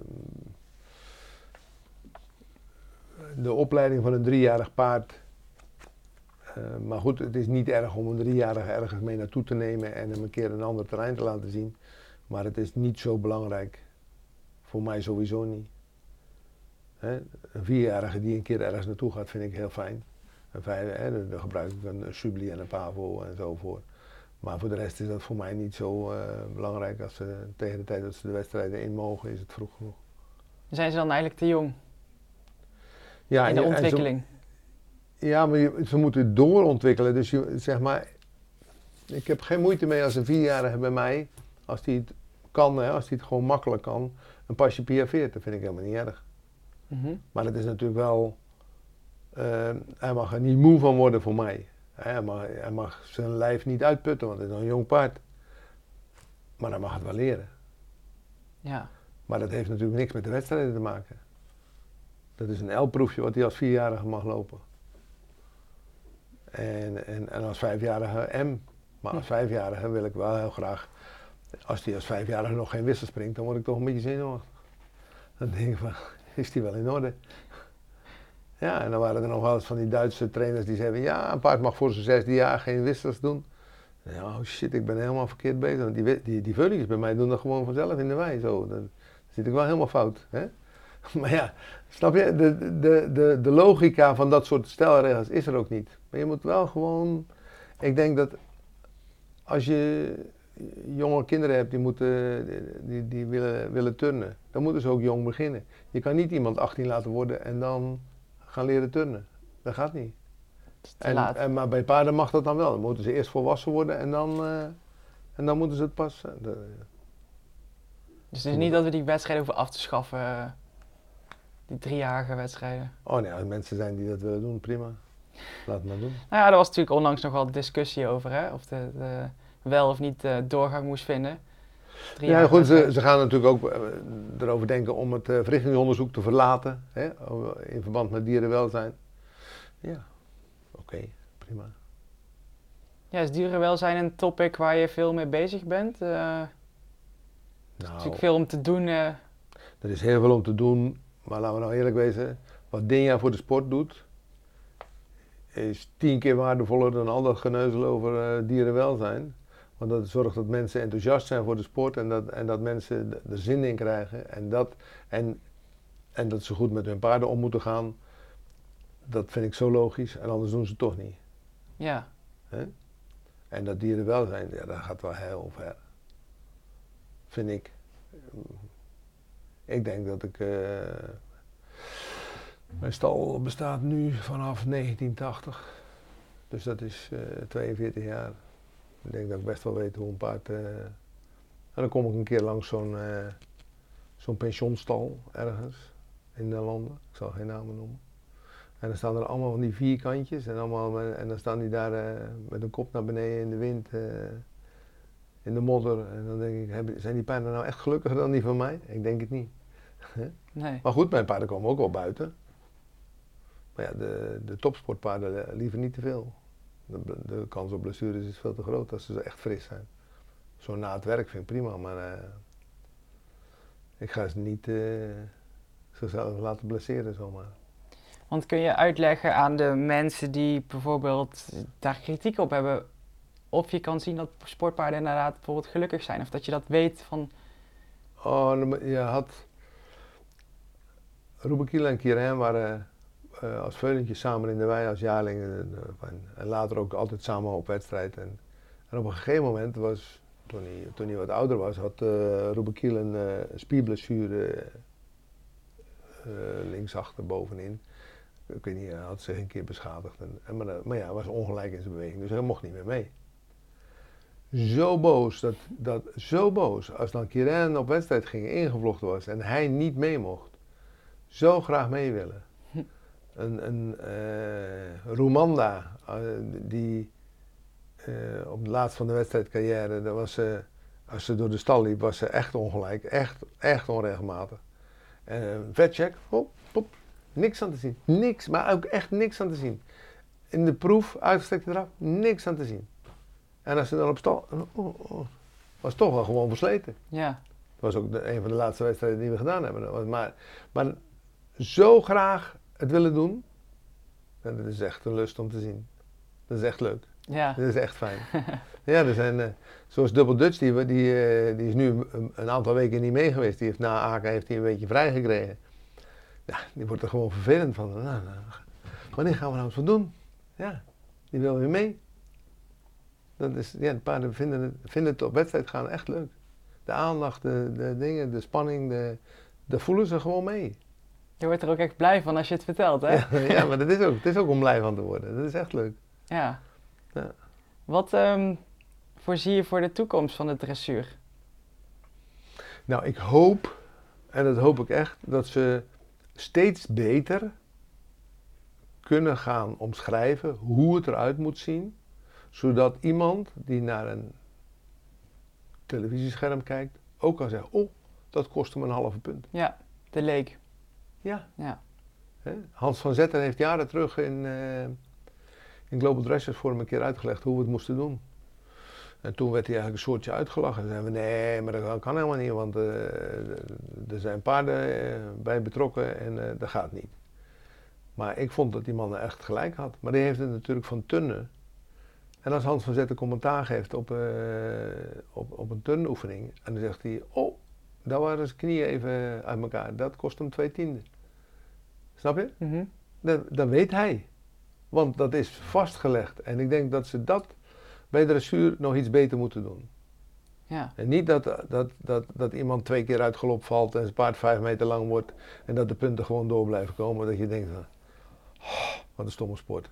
de opleiding van een driejarig paard. Uh, maar goed, het is niet erg om een driejarige ergens mee naartoe te nemen en hem een keer een ander terrein te laten zien. Maar het is niet zo belangrijk. Voor mij sowieso niet. Hè? Een vierjarige die een keer ergens naartoe gaat, vind ik heel fijn. Een vijf, hè, daar gebruik ik een Subli en een Pavo en zo voor. Maar voor de rest is dat voor mij niet zo uh, belangrijk. Als ze tegen de tijd dat ze de wedstrijden in mogen, is het vroeg genoeg. Zijn ze dan eigenlijk te jong? Ja, in de ontwikkeling? Ze, ja, maar je, ze moeten doorontwikkelen. Dus je, zeg maar, ik heb geen moeite mee als een vierjarige bij mij, als die het kan, hè, als die het gewoon makkelijk kan, een pasje piafeert. Dat vind ik helemaal niet erg. Mm-hmm. Maar het is natuurlijk wel, uh, hij mag er niet moe van worden voor mij. Hij mag, hij mag zijn lijf niet uitputten, want het is nog een jong paard. Maar hij mag het wel leren. Ja. Maar dat heeft natuurlijk niks met de wedstrijden te maken. Dat is een L-proefje wat hij als vierjarige mag lopen. En, en, en als vijfjarige M. Maar als vijfjarige wil ik wel heel graag, als hij als vijfjarige nog geen wissel springt, dan word ik toch een beetje zenuwachtig. Dan denk ik van, is die wel in orde? Ja, en dan waren er nog wel eens van die Duitse trainers die zeiden, ja, een paard mag voor zijn zesde jaar geen wissels doen. Ja, oh shit, ik ben helemaal verkeerd bezig. Want die, die, die veuletjes bij mij doen dat gewoon vanzelf in de wei. Zo. Dan zit ik wel helemaal fout. Hè? Maar ja, snap je? De, de, de, de logica van dat soort stelregels is er ook niet. Maar je moet wel gewoon... Ik denk dat als je jonge kinderen hebt die, moeten, die, die willen, willen turnen, dan moeten ze ook jong beginnen. Je kan niet iemand achttien laten worden en dan gaan leren turnen. Dat gaat niet. En, en, maar bij paarden mag dat dan wel. Dan moeten ze eerst volwassen worden en dan, uh, en dan moeten ze het pas... Uh, de, dus het is niet dat we die wedstrijden hoeven af te schaffen, uh, die driejarige wedstrijden? Oh nee, als mensen zijn die dat willen doen, prima. Laat het maar doen. Nou ja, er was natuurlijk onlangs nog wel discussie over, hè? Of de, de wel of niet uh, doorgang moest vinden. Ja, goed, ze, ze gaan natuurlijk ook uh, erover denken om het uh, verrichtingsonderzoek te verlaten, hè, in verband met dierenwelzijn. Ja, oké, okay, prima. Ja, is dierenwelzijn een topic waar je veel mee bezig bent? Uh, nou, er is natuurlijk veel om te doen. Uh... Er is heel veel om te doen, maar laten we nou eerlijk wezen, wat Dinja voor de sport doet, is tien keer waardevoller dan al dat geneuzel over uh, dierenwelzijn. Want dat zorgt dat mensen enthousiast zijn voor de sport en dat, en dat mensen er zin in krijgen. En dat, en, en dat ze goed met hun paarden om moeten gaan. Dat vind ik zo logisch en anders doen ze het toch niet. Ja. He? En dat dierenwelzijn, ja, dat gaat wel heel ver. Vind ik. Ik denk dat ik... Uh, mijn stal bestaat nu vanaf negentien tachtig. Dus dat is uh, tweeënveertig jaar. Ik denk dat ik best wel weet hoe een paard... Uh, en dan kom ik een keer langs zo'n uh, zo'n pensionstal ergens in de landen. Ik zal geen namen noemen. En dan staan er allemaal van die vierkantjes en, allemaal met, en dan staan die daar uh, met een kop naar beneden in de wind, uh, in de modder. En dan denk ik, hebben, zijn die paarden nou echt gelukkiger dan die van mij? Ik denk het niet. Nee. Maar goed, mijn paarden komen ook wel buiten. Maar ja, de, de topsportpaarden liever niet te veel. De, de kans op blessures is veel te groot als ze echt fris zijn. Zo na het werk vind ik prima, maar uh, ik ga ze niet uh, zichzelf laten blesseren zomaar. Want kun je uitleggen aan de mensen die bijvoorbeeld daar kritiek op hebben, of je kan zien dat sportpaarden inderdaad bijvoorbeeld gelukkig zijn, of dat je dat weet van... Oh, je had... Rubekiel en Quirin waren uh, als veulentjes samen in de wei als jaarlingen en, uh, en later ook altijd samen op wedstrijd. En, en op een gegeven moment was, toen hij, toen hij wat ouder was, had uh, Rubekiel een uh, spierblessure uh, uh, linksachter bovenin. Ik weet niet, hij had zich een keer beschadigd. En, en maar, maar ja, hij was ongelijk in zijn beweging, dus hij mocht niet meer mee. Zo boos, dat, dat, zo boos, als dan Quirin op wedstrijd ging, ingevlochten was en hij niet mee mocht. Zo graag mee willen. Een, een uh, Roemanda, uh, die uh, op de laatst van de wedstrijdcarrière, dat was, uh, als ze door de stal liep, was ze echt ongelijk, echt, echt onregelmatig. Uh, vetcheck, hop, hop, niks aan te zien. Niks, maar ook echt niks aan te zien. In de proef, uitgestrekte draf, niks aan te zien. En als ze dan op stal, oh, oh, was toch wel gewoon versleten. Ja. Dat was ook de, een van de laatste wedstrijden die we gedaan hebben. Dat was maar, maar zo graag het willen doen, en dat is echt een lust om te zien. Dat is echt leuk. Ja. Dat is echt fijn. Ja, er zijn, uh, zoals Double Dutch, die, die, uh, die is nu een, een aantal weken niet mee geweest. Die heeft na Aken heeft hij een beetje vrijgekregen. Ja, die wordt er gewoon vervelend van. Nou, nou, wanneer gaan we nou eens wat doen? Ja, die wil weer mee. Dat is, ja, de paarden vinden het, vinden het op wedstrijd gaan echt leuk. De aandacht, de, de dingen, de spanning, de, daar voelen ze gewoon mee. Je wordt er ook echt blij van als je het vertelt, hè? Ja, ja, maar dat is ook, het is ook om blij van te worden. Dat is echt leuk. Ja. Ja. Wat um, voorzie je voor de toekomst van de dressuur? Nou, ik hoop, en dat hoop ik echt, dat ze steeds beter kunnen gaan omschrijven hoe het eruit moet zien, zodat iemand die naar een televisiescherm kijkt, ook kan zeggen, oh, dat kostte me een halve punt. Ja, de leek. Ja. Ja. Hans van Zetten heeft jaren terug in, uh, in Global Dressers Forum een keer uitgelegd hoe we het moesten doen. En toen werd hij eigenlijk een soortje uitgelachen. En zeiden we, nee, maar dat kan helemaal niet, want uh, er zijn paarden uh, bij betrokken en uh, dat gaat niet. Maar ik vond dat die man echt gelijk had. Maar die heeft het natuurlijk van turnen. En als Hans van Zetten commentaar geeft op, uh, op, op een turnoefening, en dan zegt hij, oh, daar waren zijn knieën even uit elkaar, dat kost hem twee tienden. Snap je? Mm-hmm. Dat, dat weet hij. Want dat is vastgelegd. En ik denk dat ze dat bij de dressuur nog iets beter moeten doen. Ja. En niet dat, dat, dat, dat iemand twee keer uit galop valt en zijn paard vijf meter lang wordt en dat de punten gewoon door blijven komen. Dat je denkt, oh, wat een stomme sport.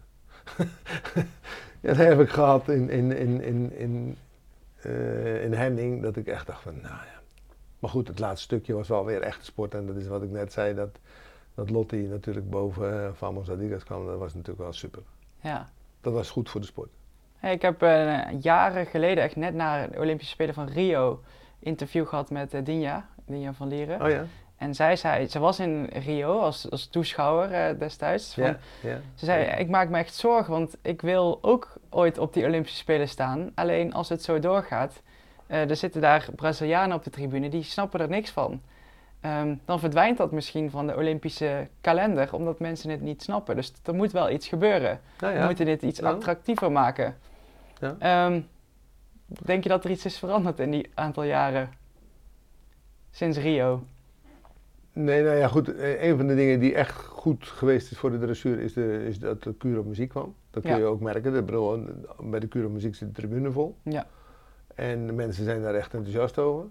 Ja, dat heb ik gehad in, in, in, in, in, uh, in Henning, dat ik echt dacht van, nou ja. Maar goed, het laatste stukje was wel weer echte sport en dat is wat ik net zei, dat, dat Lottie natuurlijk boven uh, Famos Adidas kwam, dat was natuurlijk wel super. Ja. Dat was goed voor de sport. Hey, ik heb uh, jaren geleden, echt net na de Olympische Spelen van Rio, interview gehad met uh, Dinja, Dinja van Lieren. Oh ja? En zij zei, ze was in Rio als, als toeschouwer uh, destijds. Van, ja, ja. Ze zei, ja. ik maak me echt zorgen, want ik wil ook ooit op die Olympische Spelen staan. Alleen als het zo doorgaat, uh, er zitten daar Brazilianen op de tribune, die snappen er niks van. Um, dan verdwijnt dat misschien van de Olympische kalender, omdat mensen het niet snappen. Dus er moet wel iets gebeuren. Nou ja. We moeten dit iets Ja. attractiever maken. Ja. Um, denk je dat er iets is veranderd in die aantal jaren? Sinds Rio? Nee, nou ja, goed. Een van de dingen die echt goed geweest is voor de dressuur is, de, is dat de kuur op muziek kwam. Dat kun Ja. je ook merken. De, bedoel, bij de kuur op muziek zit de tribune vol. Ja. En de mensen zijn daar echt enthousiast over.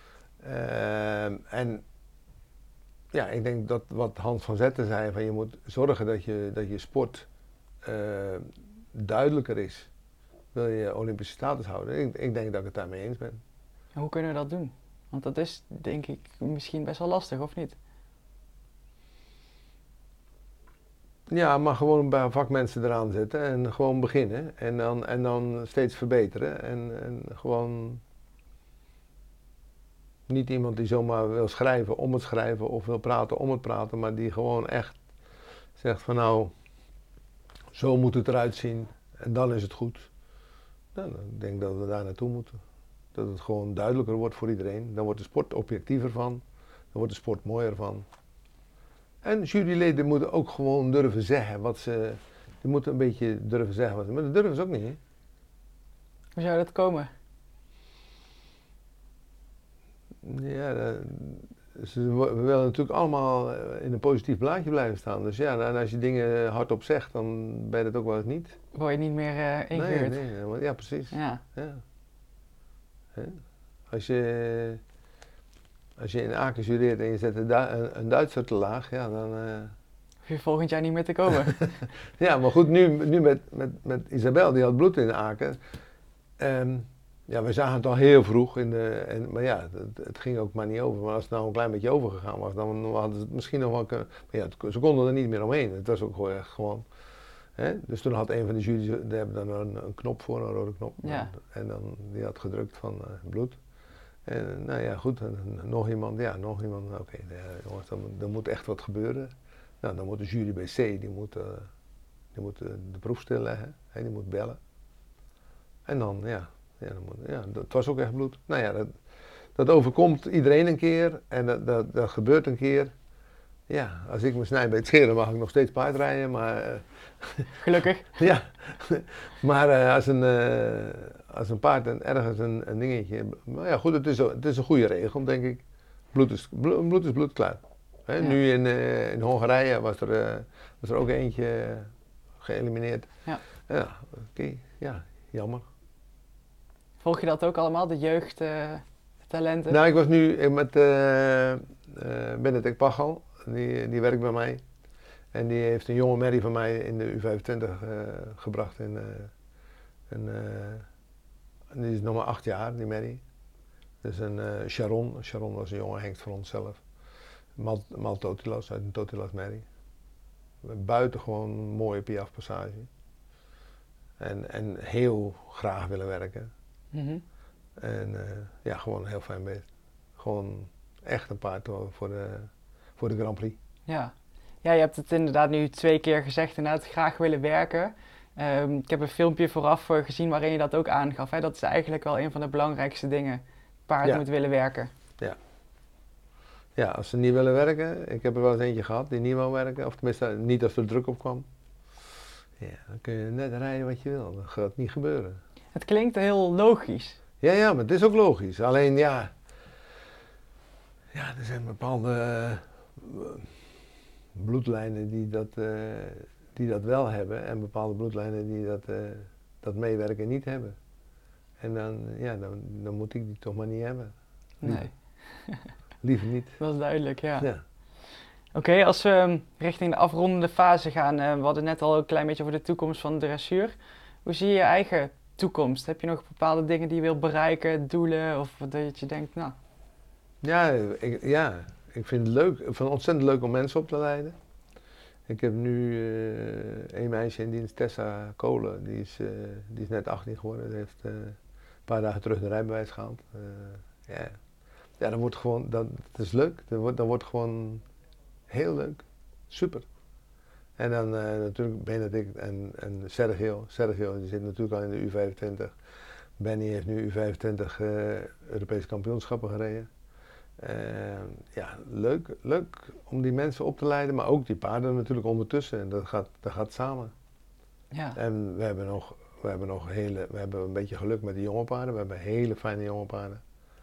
Uh, en ja, ik denk dat wat Hans van Zetten zei, van je moet zorgen dat je, dat je sport uh, duidelijker is. Wil je Olympische status houden? Ik, ik denk dat ik het daarmee eens ben. En hoe kunnen we dat doen? Want dat is, denk ik, misschien best wel lastig, of niet? Ja, maar gewoon een paar vakmensen eraan zetten en gewoon beginnen. En dan, en dan steeds verbeteren. En, en gewoon niet iemand die zomaar wil schrijven om het schrijven of wil praten om het praten. Maar die gewoon echt zegt van nou, zo moet het eruit zien en dan is het goed. Nou, ik denk dat we daar naartoe moeten. Dat het gewoon duidelijker wordt voor iedereen. Dan wordt de sport objectiever van. Dan wordt de sport mooier van. En juryleden moeten ook gewoon durven zeggen wat ze... Die moeten een beetje durven zeggen wat ze... Maar dat durven ze ook niet, hè? Hoe zou dat komen? Ja, dat, ze we willen natuurlijk allemaal in een positief blaadje blijven staan. Dus ja, en als je dingen hardop zegt, dan ben je dat ook wel eens niet. Word je niet meer uh, ingehuurd? Nee, nee, nee, ja, precies. Ja. Ja. Hè? Als je... Als je in Aken jureert en je zet een, Du een, een Duitser te laag, ja, dan... Uh... Hoef je volgend jaar niet meer te komen. Ja, maar goed, nu, nu met, met, met Isabel, die had bloed in Aken. Um, ja, we zagen het al heel vroeg, in de, en, maar ja, het, het ging ook maar niet over. Maar als het nou een klein beetje overgegaan was, dan hadden ze het misschien nog wel kunnen... Maar ja, het, ze konden er niet meer omheen. Het was ook gewoon echt gewoon... Hè? Dus toen had een van de jury's, die hebben dan een, een knop voor, een rode knop. Ja. En dan, die had gedrukt van uh, bloed. En nou ja, goed, en, nog iemand, ja, nog iemand, oké, okay, ja, jongens, dan, dan moet echt wat gebeuren. Nou, dan moet de jury bij C, die moet, uh, die moet uh, de proef stilleggen, hè, die moet bellen. En dan, ja, ja, dan moet, ja, dat, het was ook echt bloed. Nou ja, dat, dat overkomt iedereen een keer en dat, dat, dat gebeurt een keer. Ja, als ik me snij bij het scheren mag ik nog steeds paardrijden, maar... Uh, Gelukkig. Ja, maar uh, als, een, uh, als een paard een, ergens een, een dingetje... Maar ja, goed, het is, het is een goede regel, denk ik. Bloed is bloed, bloed, is bloed klaar. Hè, ja. Nu in, uh, in Hongarije was er, uh, was er ook eentje uh, geëlimineerd. Ja, ja oké, okay, ja, jammer. Volg je dat ook allemaal, de jeugdtalenten? Uh, nou, ik was nu met uh, uh, Benedek Pachal, die, die werkt bij mij. En die heeft een jonge merrie van mij in de U vijfentwintig uh, gebracht. En, uh, en, uh, en die is nog maar acht jaar, die merrie. Dus een uh, Sharon. Sharon was een jonge hengst van onszelf. Mal, Mal Totilas, uit een Totilas merrie. Buitengewoon mooie piafpassage. En, en heel graag willen werken. Mm-hmm. En uh, ja, gewoon een heel fijn beest. Gewoon echt een paard voor de, voor de Grand Prix. Ja. Ja, je hebt het inderdaad nu twee keer gezegd, inderdaad graag willen werken. Um, ik heb een filmpje vooraf uh, gezien waarin je dat ook aangaf. Hè? Dat is eigenlijk wel een van de belangrijkste dingen. Paard Ja. moet willen werken. Ja. Ja, als ze niet willen werken, ik heb er wel eens eentje gehad die niet wou werken, of tenminste niet als er druk op kwam. Ja, dan kun je net rijden wat je wil, dat gaat niet gebeuren. Het klinkt heel logisch. Ja, ja, maar het is ook logisch. Alleen ja, ja er zijn bepaalde uh, bloedlijnen die dat, uh, die dat wel hebben en bepaalde bloedlijnen die dat, uh, dat meewerken niet hebben. En dan, ja, dan, dan moet ik die toch maar niet hebben. Liever. Nee. Liever niet. Dat is duidelijk, ja. ja. Oké, okay, als we richting de afrondende fase gaan, uh, we hadden net al een klein beetje over de toekomst van de dressuur. Hoe zie je je eigen toekomst? Heb je nog bepaalde dingen die je wilt bereiken, doelen of dat je denkt, nou... Ja, ik, ja, ik vind het leuk, ik vind het ontzettend leuk om mensen op te leiden. Ik heb nu uh, een meisje in dienst, Tessa Kolen, die is, uh, die is net achttien geworden. Die heeft uh, een paar dagen terug de rijbewijs gehaald. Uh, yeah. Ja, dat wordt gewoon, dat, dat is leuk. Dat wordt, dat wordt gewoon heel leuk. Super. En dan uh, natuurlijk Benedict en, en Sergio. Sergio die zit natuurlijk al in de U vijfentwintig. Benny heeft nu U vijfentwintig uh, Europese kampioenschappen gereden. Uh, ja, leuk, leuk om die mensen op te leiden, maar ook die paarden natuurlijk ondertussen. En dat gaat, dat gaat samen. Ja. En we hebben nog, we hebben nog hele, we hebben een beetje geluk met die jonge paarden. We hebben hele fijne jonge paarden.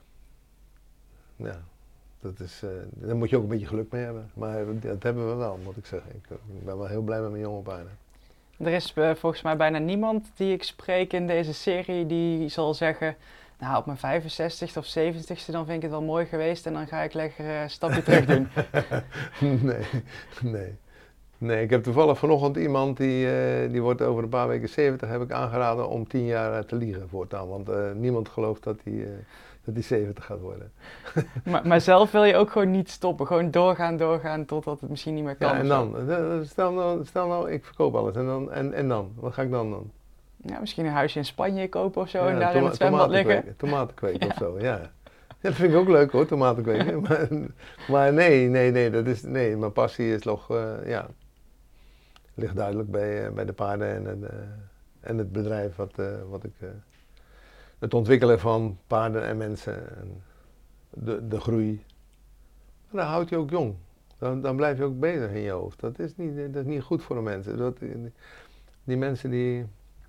Ja, dat is, uh, daar moet je ook een beetje geluk mee hebben. Maar dat hebben we wel, moet ik zeggen. Ik, ik ben wel heel blij met mijn jonge paarden. Er is uh, volgens mij bijna niemand die ik spreek in deze serie die zal zeggen... Nou, op mijn vijfenzestigste of zeventigste dan vind ik het wel mooi geweest en dan ga ik lekker uh, een stapje terug doen. nee, nee. Nee, ik heb toevallig vanochtend iemand die, uh, die wordt over een paar weken zeventig, heb ik aangeraden om tien jaar te liegen voortaan. Want uh, niemand gelooft dat hij uh, dat hij zeventig gaat worden. maar, maar zelf wil je ook gewoon niet stoppen, gewoon doorgaan, doorgaan totdat het misschien niet meer kan. Ja, en dan? Stel nou, stel nou, ik verkoop alles en dan, en, en dan? Wat ga ik dan doen? Ja, misschien een huisje in Spanje kopen of zo ja, en daar toma- in het zwembad liggen. Tomaten kweken ja. of zo, ja. Ja, dat vind ik ook leuk hoor, tomaten kweken. maar, maar nee, nee, nee, dat is, nee, mijn passie is nog, uh, ja, ligt duidelijk bij, uh, bij de paarden en, het, uh, en het bedrijf wat, uh, wat ik, uh, het ontwikkelen van paarden en mensen, en de, de groei. En dan houd je ook jong. Dan, dan blijf je ook bezig in je hoofd. Dat is niet, dat is niet goed voor de mensen. Dat, die mensen die...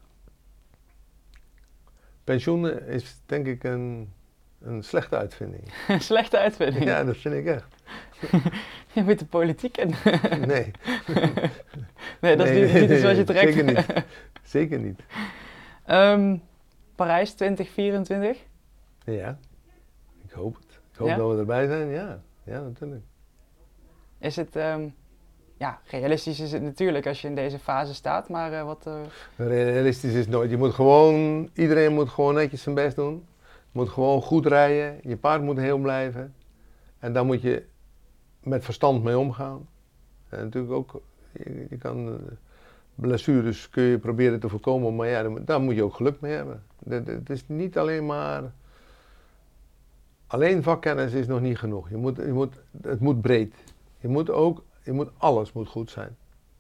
Pensioenen is denk ik een, een slechte uitvinding. Een slechte uitvinding? Ja, dat vind ik echt. Je moet de politiek in. nee. nee, dat is nee, niet, niet iets wat je trekt. Zeker niet. Zeker niet. Um, Parijs twintig vierentwintig? Ja, ik hoop het. Ik hoop ja? dat we erbij zijn, ja. Ja, natuurlijk. Is het... Um, Ja, realistisch is het natuurlijk als je in deze fase staat, maar uh, wat... Uh... Realistisch is het nooit. Je moet gewoon, iedereen moet gewoon netjes zijn best doen. Je moet gewoon goed rijden. Je paard moet heel blijven. En daar moet je met verstand mee omgaan. En natuurlijk ook, je, je kan uh, blessures kun je proberen te voorkomen, maar ja, daar moet je ook geluk mee hebben. Het is niet alleen maar... Alleen vakkennis is nog niet genoeg. Je moet, je moet, het moet breed. Je moet ook... Je moet, alles moet goed zijn.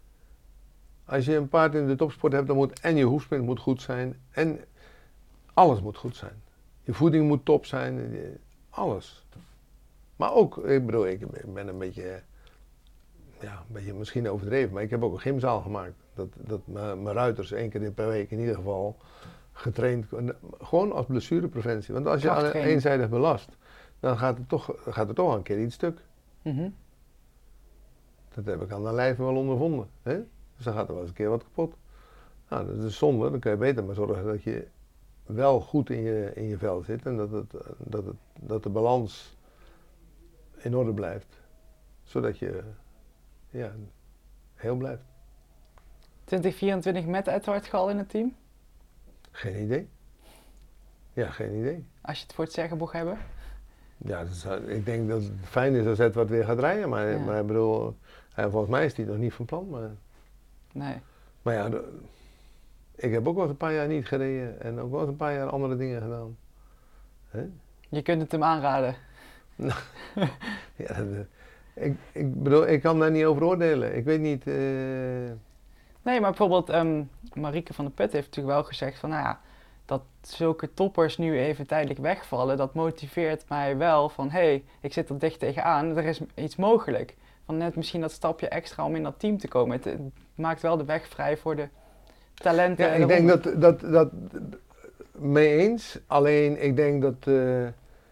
Als je een paard in de topsport hebt, dan moet en je hoefsprint moet goed zijn en alles moet goed zijn. Je voeding moet top zijn, alles. Maar ook, ik bedoel, ik ben een beetje, ja, een beetje misschien overdreven, maar ik heb ook een gymzaal gemaakt. Dat, dat mijn ruiters één keer per week in ieder geval getraind, gewoon als blessurepreventie. Want als je eenzijdig belast, dan gaat er toch, gaat er toch een keer iets stuk. Mm-hmm. Dat heb ik aan de lijve wel ondervonden. Hè? Dus dan gaat er wel eens een keer wat kapot. Nou, dat is zonde. Dan kun je beter maar zorgen dat je wel goed in je, in je vel zit. En dat, het, dat, het, dat de balans in orde blijft. Zodat je ja, heel blijft. twintig vierentwintig met Edward Gal in het team? Geen idee. Ja, geen idee. Als je het voor het zeggen mocht hebben? Ja, dat is, ik denk dat het fijn is als Edward weer gaat rijden. Maar, ja. maar ik bedoel... En volgens mij is die nog niet van plan, maar... Nee. Maar ja, de, ik heb ook wel eens een paar jaar niet gereden en ook wel eens een paar jaar andere dingen gedaan. He? Je kunt het hem aanraden. ja, dat, ik, ik bedoel, ik kan daar niet over oordelen. Ik weet niet... Uh, Nee, maar bijvoorbeeld um, Marieke van der Put heeft natuurlijk wel gezegd van, nou ja, dat zulke toppers nu even tijdelijk wegvallen, dat motiveert mij wel van, hé, hey, ik zit er dicht tegenaan, er is iets mogelijk. Van net misschien dat stapje extra om in dat team te komen. Het, het maakt wel de weg vrij voor de talenten. Ja, en ik de denk dat, dat, dat, mee eens, alleen ik denk dat uh,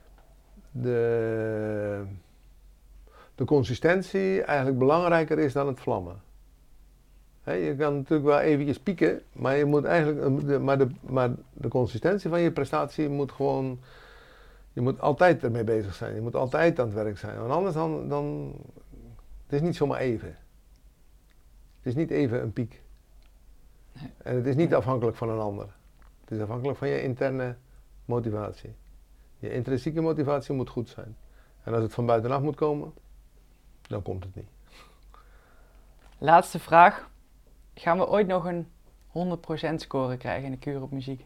de, de consistentie eigenlijk belangrijker is dan het vlammen. He, je kan natuurlijk wel eventjes pieken, maar, je moet eigenlijk, de, maar, de, maar de consistentie van je prestatie moet gewoon, je moet altijd ermee bezig zijn. Je moet altijd aan het werk zijn, want anders dan, dan het is niet zomaar even. Het is niet even een piek. En het is niet afhankelijk van een ander. Het is afhankelijk van je interne motivatie. Je intrinsieke motivatie moet goed zijn. En als het van buitenaf moet komen, dan komt het niet. Laatste vraag. Gaan we ooit nog een honderd procent score krijgen in de Kuur op muziek?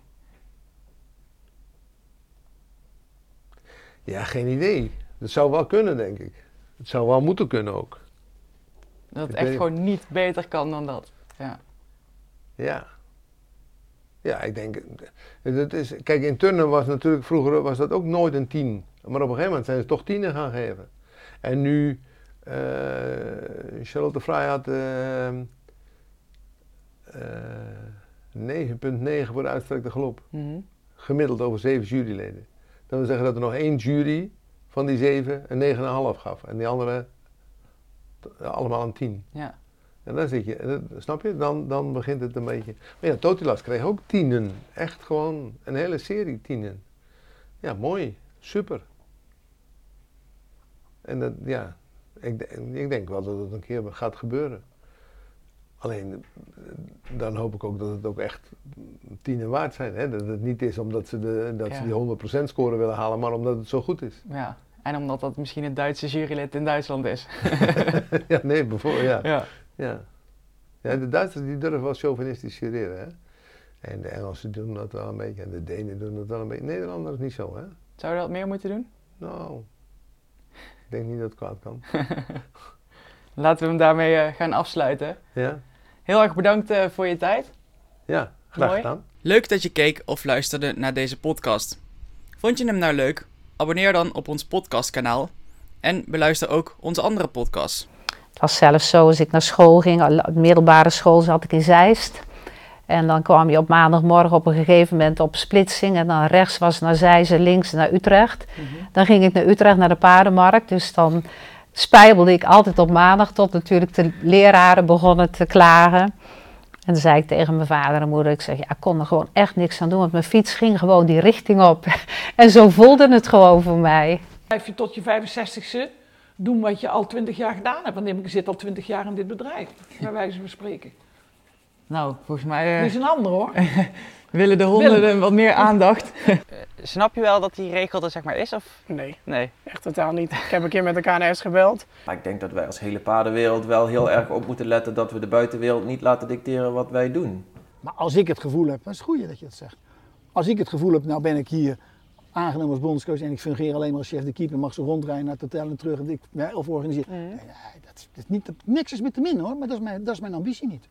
Ja, geen idee. Dat zou wel kunnen, denk ik. Het zou wel moeten kunnen ook. Dat het ik echt weet... gewoon niet beter kan dan dat. Ja. Ja. Ja, ik denk... Het is, kijk, in turnen was natuurlijk vroeger was dat ook nooit een tien. Maar op een gegeven moment zijn ze toch tienen gaan geven. En nu... Uh, Charlotte Frey had... Uh, uh, negen komma negen voor de uitstrekte galop. Mm-hmm. Gemiddeld over zeven juryleden. Dat wil zeggen dat er nog één jury van die zeven een negen komma vijf gaf. En die andere allemaal een tien. Ja. En dan zit je, snap je? Dan, dan begint het een beetje... Maar ja, Totilas kreeg ook tienen. Echt gewoon een hele serie tienen. Ja, mooi. Super. En dat, ja... Ik, ik denk wel dat het een keer gaat gebeuren. Alleen, dan hoop ik ook dat het ook echt tienen waard zijn. Hè? Dat het niet is omdat ze, de, dat ja. ze die honderd procent score willen halen, maar omdat het zo goed is. Ja, en omdat dat misschien het Duitse jurylid in Duitsland is. Ja, nee, bijvoorbeeld, ja. Ja. Ja. Ja, de Duitsers die durven wel chauvinistisch jureren, hè. En de Engelsen doen dat wel een beetje, en de Denen doen dat wel een beetje. Nederlanders niet zo, hè. Zouden we dat meer moeten doen? Nou, ik denk niet dat het kwaad kan. Laten we hem daarmee uh, gaan afsluiten. Ja. Heel erg bedankt uh, voor je tijd. Ja, graag Mooi. gedaan. Leuk dat je keek of luisterde naar deze podcast. Vond je hem nou leuk? Abonneer dan op ons podcastkanaal en beluister ook onze andere podcasts. Het was zelfs zo, als ik naar school ging, middelbare school zat ik in Zeist. En dan kwam je op maandagmorgen op een gegeven moment op splitsing. En dan rechts was naar Zeist, links naar Utrecht. Mm-hmm. Dan ging ik naar Utrecht, naar de paardenmarkt. Dus dan spijbelde ik altijd op maandag tot natuurlijk de leraren begonnen te klagen. En dan zei ik tegen mijn vader en moeder, ik zeg, ja, ik kon er gewoon echt niks aan doen. Want mijn fiets ging gewoon die richting op. En zo voelde het gewoon voor mij. Blijf je tot je vijfenzestigste doen wat je al twintig jaar gedaan hebt. Want ik zit al twintig jaar in dit bedrijf, bij wijze van spreken. Nou, volgens mij... Uh... Die is een ander, hoor. willen de honden Willem. wat meer aandacht. uh, snap je wel dat die regel er zeg maar is? Of? Nee, nee, echt totaal niet. Ik heb een keer met de K N S gebeld. Maar ik denk dat wij als hele paardenwereld wel heel erg op moeten letten dat we de buitenwereld niet laten dicteren wat wij doen. Maar als ik het gevoel heb, dat is het goede dat je dat zegt. Als ik het gevoel heb, nou ben ik hier aangenomen als bondscoach en ik fungeer alleen maar als chef de keeper, mag ze rondrijden naar het hotel en terug en ik, of organiseren. Mm. Nee, nee, dat is, dat is niet, dat, niks is met te min, hoor, maar dat is mijn, dat is mijn ambitie niet.